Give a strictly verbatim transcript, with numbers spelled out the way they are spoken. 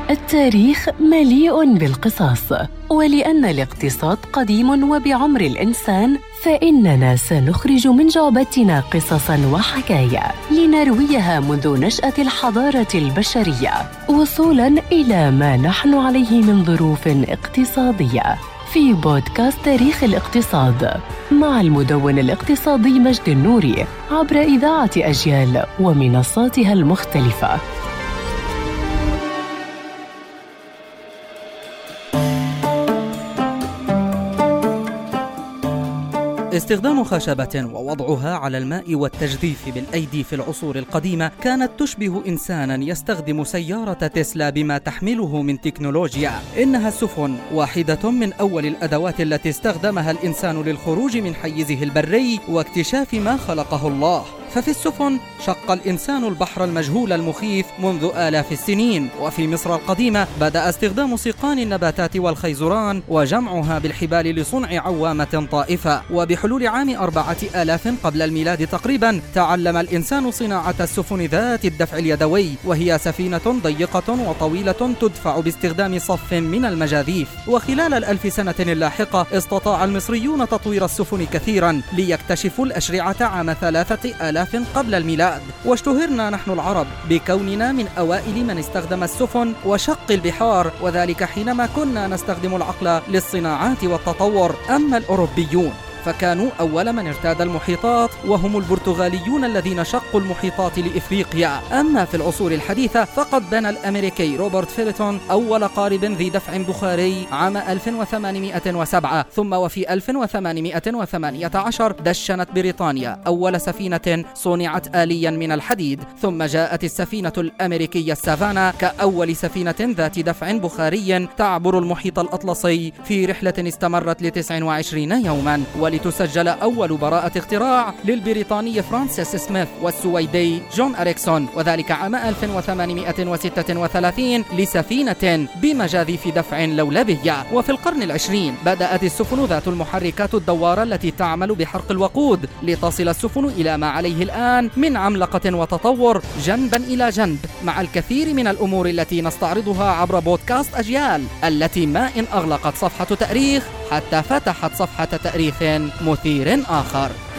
التاريخ مليء بالقصص، ولأن الاقتصاد قديم وبعمر الإنسان، فإننا سنخرج من جعبتنا قصصاً وحكايا لنرويها منذ نشأة الحضارة البشرية وصولاً إلى ما نحن عليه من ظروف اقتصادية، في بودكاست تاريخ الاقتصاد مع المدون الاقتصادي مجد النوري عبر إذاعة أجيال ومنصاتها المختلفة. استخدام خشبة ووضعها على الماء والتجديف بالأيدي في العصور القديمة كانت تشبه إنساناً يستخدم سيارة تسلا بما تحمله من تكنولوجيا. إنها السفن واحدة من أول الأدوات التي استخدمها الإنسان للخروج من حيزه البري واكتشاف ما خلقه الله. ففي السفن شق الإنسان البحر المجهول المخيف منذ آلاف السنين. وفي مصر القديمة بدأ استخدام سيقان النباتات والخيزران وجمعها بالحبال لصنع عوامة طائفة. وبحلول عام أربعة آلاف قبل الميلاد تقريبا تعلم الإنسان صناعة السفن ذات الدفع اليدوي، وهي سفينة ضيقة وطويلة تدفع باستخدام صف من المجاذيف. وخلال الألف سنة اللاحقة استطاع المصريون تطوير السفن كثيرا ليكتشفوا الأشرعة عام ثلاثة آلاف قبل الميلاد. واشتهرنا نحن العرب بكوننا من أوائل من استخدم السفن وشق البحار، وذلك حينما كنا نستخدم العقل للصناعات والتطور. أما الأوروبيون فكانوا أول من ارتاد المحيطات، وهم البرتغاليون الذين شقوا المحيطات لإفريقيا. أما في العصور الحديثة فقد بنى الأمريكي روبرت فيلتون أول قارب ذي دفع بخاري عام ألف وثمانمائة وسبعة. ثم وفي ألف وثمانمائة وثمانية عشر دشنت بريطانيا أول سفينة صنعت آليا من الحديد. ثم جاءت السفينة الأمريكية السافانا كأول سفينة ذات دفع بخاري تعبر المحيط الأطلسي في رحلة استمرت لتسع وعشرين يوما. لتسجل أول براءة اختراع للبريطاني فرانسيس سميث والسويدي جون أريكسون، وذلك عام ألف وثمانمائة وستة وثلاثين لسفينة بمجاذيف دفع لولبية. وفي القرن العشرين بدأت السفن ذات المحركات الدوارة التي تعمل بحرق الوقود لتصل السفن إلى ما عليه الآن من عملقة وتطور جنبا إلى جنب، مع الكثير من الأمور التي نستعرضها عبر بودكاست أجيال، التي ما إن أغلقت صفحة تاريخ حتى فتحت صفحة تاريخ مثير آخر.